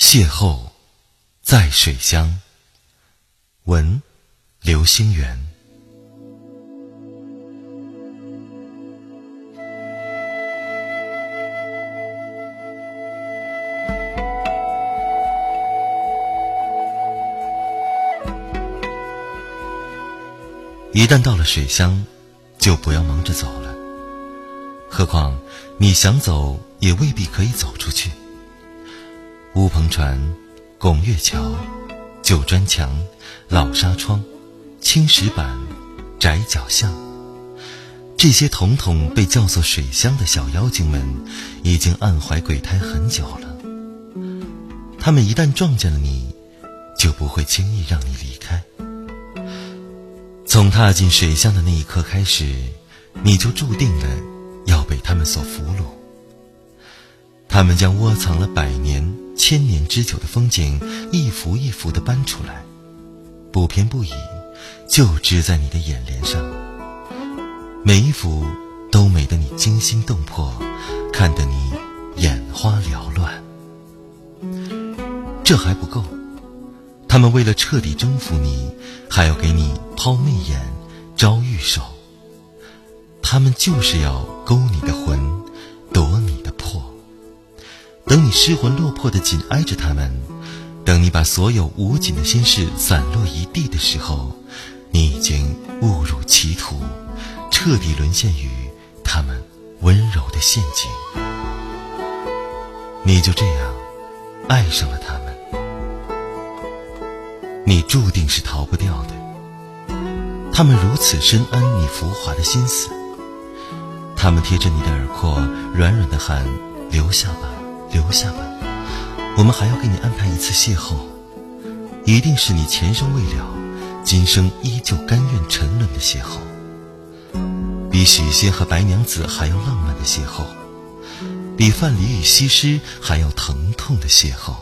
邂逅在水乡，文刘星元。一旦到了水乡，就不要忙着走了。何况你想走，也未必可以走出去。乌篷船、拱月桥、旧砖墙、老纱窗、青石板、窄角巷，这些统统被叫做水乡的小妖精们，已经暗怀鬼胎很久了。他们一旦撞见了你，就不会轻易让你离开。从踏进水乡的那一刻开始，你就注定了要被他们所俘虏。他们将窝藏了100年、1000年之久的风景一幅一幅地搬出来，不偏不倚，就织在你的眼帘上。每一幅都美得你惊心动魄，看得你眼花缭乱。这还不够，他们为了彻底征服你，还要给你抛媚眼、招玉手。他们就是要勾你的魂，夺你的魄。等你失魂落魄地紧挨着他们，等你把所有无尽的心事散落一地的时候，你已经误入歧途，彻底沦陷于他们温柔的陷阱。你就这样爱上了他们，你注定是逃不掉的。他们如此深谙你浮华的心思，他们贴着你的耳廓软软地喊：留下吧，留下吧，我们还要给你安排一次邂逅，一定是你前生未了，今生依旧甘愿沉沦的邂逅，比许仙和白娘子还要浪漫的邂逅，比范蠡与西施还要疼痛的邂逅。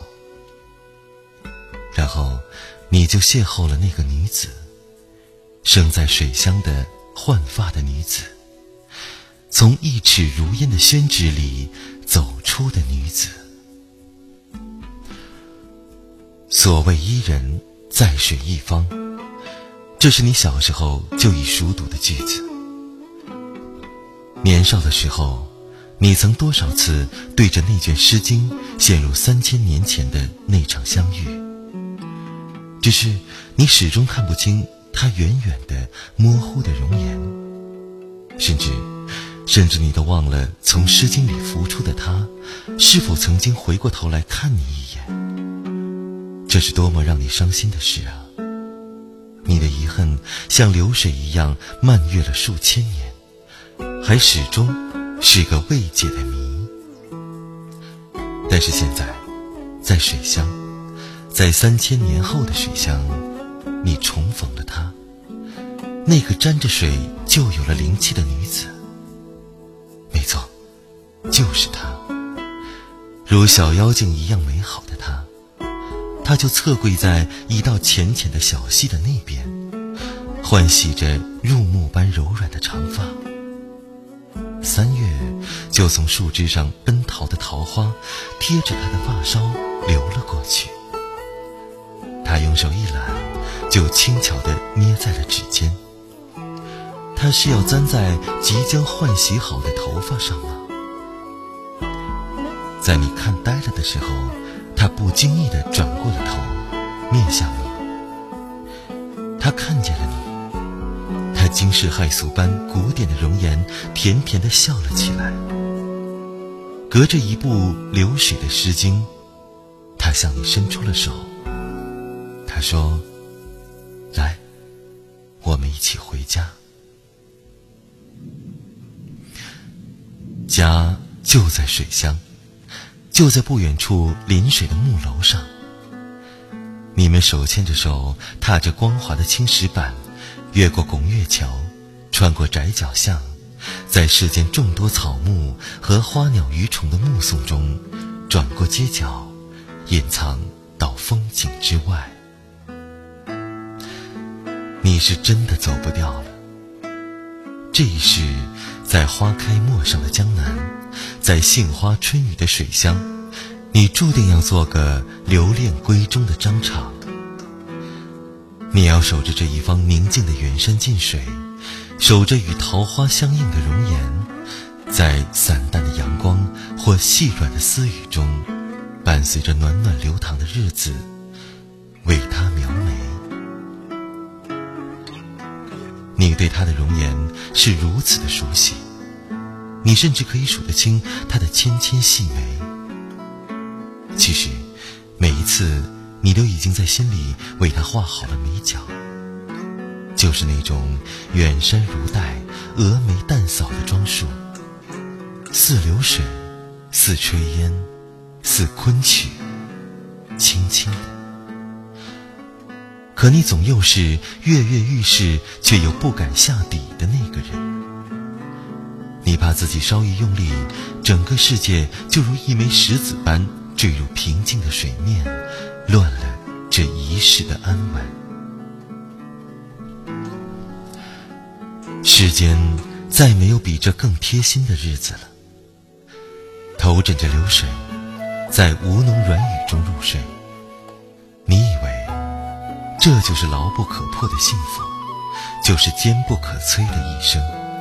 然后你就邂逅了那个女子，生在水乡的换发的女子，从一尺如烟的宣纸里走出的女子。所谓伊人，在水一方，这是你小时候就已熟读的句子。年少的时候，你曾多少次对着那卷诗经陷入3000年前的那场相遇，只是你始终看不清她远远的模糊的容颜，甚至你都忘了从诗经里浮出的她是否曾经回过头来看你一眼。这是多么让你伤心的事啊！你的遗恨像流水一样漫越了数千年，还始终是个未解的谜。但是现在，在水乡，在3000年后的水乡，你重逢了她，那个沾着水就有了灵气的女子。没错，就是她，如小妖精一样美好的她。她就侧跪在一道浅浅的小溪的那边，欢喜着入木般柔软的长发。3月就从树枝上奔逃的桃花贴着她的发梢流了过去，她用手一揽，就轻巧地捏在了指尖。她是要簪在即将换洗好的头发上吗？在你看呆了的时候，她不经意地转过了头，面向你。她看见了你，她惊世骇俗般古典的容颜甜甜地笑了起来。隔着一部流水的诗经，她向你伸出了手。她说：来，我们一起回家。家就在水乡，就在不远处临水的木楼上。你们手牵着手，踏着光滑的青石板，越过拱月桥，穿过窄角巷，在世间众多草木和花鸟鱼虫的目送中，转过街角，隐藏到风景之外。你是真的走不掉了。这一世，在花开陌上的江南，在杏花春雨的水乡， 你注定要做个留恋闺中的张昶。你要守着这一方宁静的远山近水，守着与桃花相映的容颜，在散淡的阳光或细软的私语中，伴随着暖暖流淌的日子，为他描眉。你对他的容颜是如此的熟悉，你甚至可以数得清他的纤纤细眉。其实每一次你都已经在心里为他画好了眉角，就是那种远山如黛、蛾眉淡扫的装束，似流水，似炊烟，似昆曲，轻轻的。可你总又是跃跃欲试却又不敢下底的那个人。你怕自己稍一用力，整个世界就如一枚石子般坠入平静的水面，乱了这一世的安稳。世间再没有比这更贴心的日子了。头枕着流水，在吴侬软语中入睡，你以为这就是牢不可破的幸福，就是坚不可摧的一生。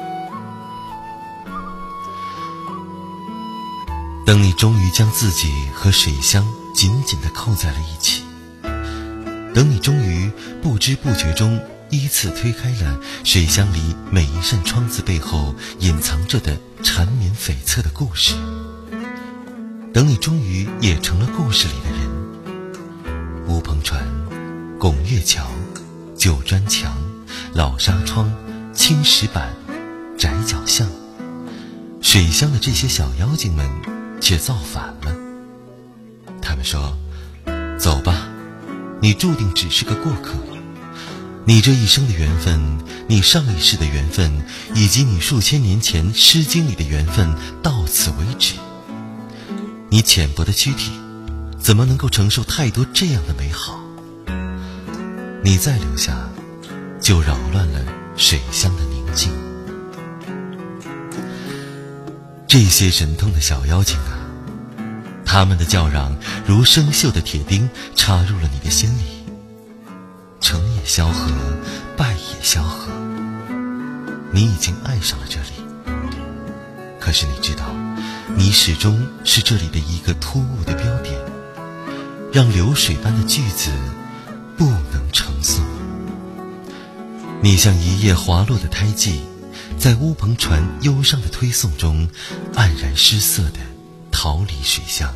等你终于将自己和水乡紧紧地扣在了一起，等你终于不知不觉中依次推开了水乡里每一扇窗子背后隐藏着的缠绵悱恻的故事，等你终于也成了故事里的人，乌篷船、拱月桥、旧砖墙、老纱窗、青石板、窄角巷，水乡的这些小妖精们却造反了。他们说，走吧，你注定只是个过客，你这一生的缘分，你上一世的缘分，以及你数千年前诗经里的缘分，到此为止。你浅薄的躯体怎么能够承受太多这样的美好？你再留下，就扰乱了水乡的宁静。这些神通的小妖精啊，他们的叫嚷如生锈的铁钉，插入了你的心里。成也萧何，败也萧何，你已经爱上了这里。可是你知道，你始终是这里的一个突兀的标点，让流水般的句子不能成诵。你像一叶滑落的胎记，在乌篷船忧伤的推送中，黯然失色地逃离水乡。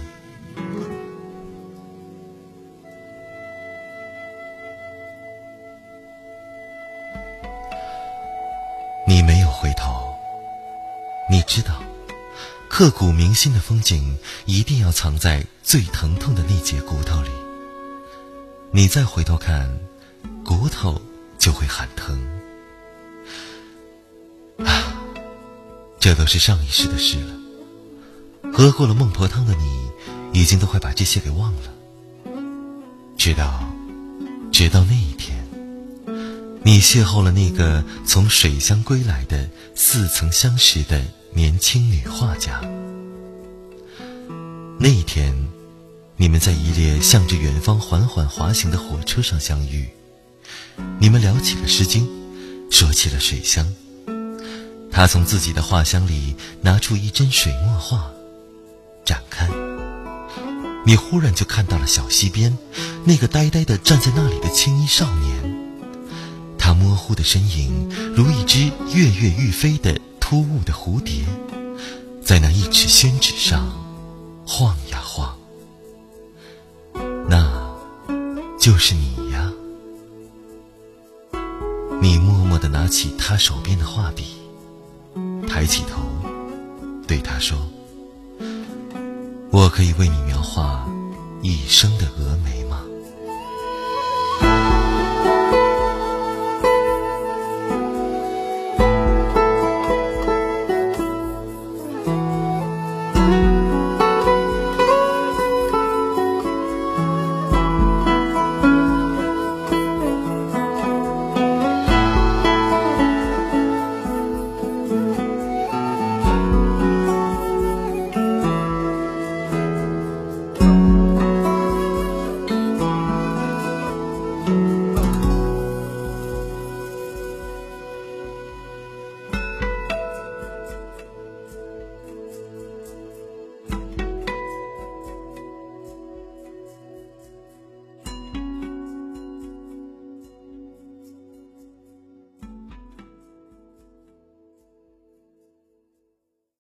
你没有回头，你知道，刻骨铭心的风景一定要藏在最疼痛的那节骨头里。你再回头看，骨头就会喊疼。啊，这都是上一世的事了。喝过了孟婆汤的你，已经都快把这些给忘了。直到那一天，你邂逅了那个从水乡归来的似曾相识的年轻女画家。那一天，你们在一列向着远方缓缓滑行的火车上相遇，你们聊起了诗经，说起了水乡。他从自己的画箱里拿出一针水墨画，展开。你忽然就看到了小溪边那个呆呆地站在那里的青衣少年，他模糊的身影如一只跃跃欲飞的突兀的蝴蝶，在那一尺宣纸上晃呀晃。那就是你呀。你默默地拿起他手边的画笔，抬起头对他说，我可以为你描画一生的峨眉吗？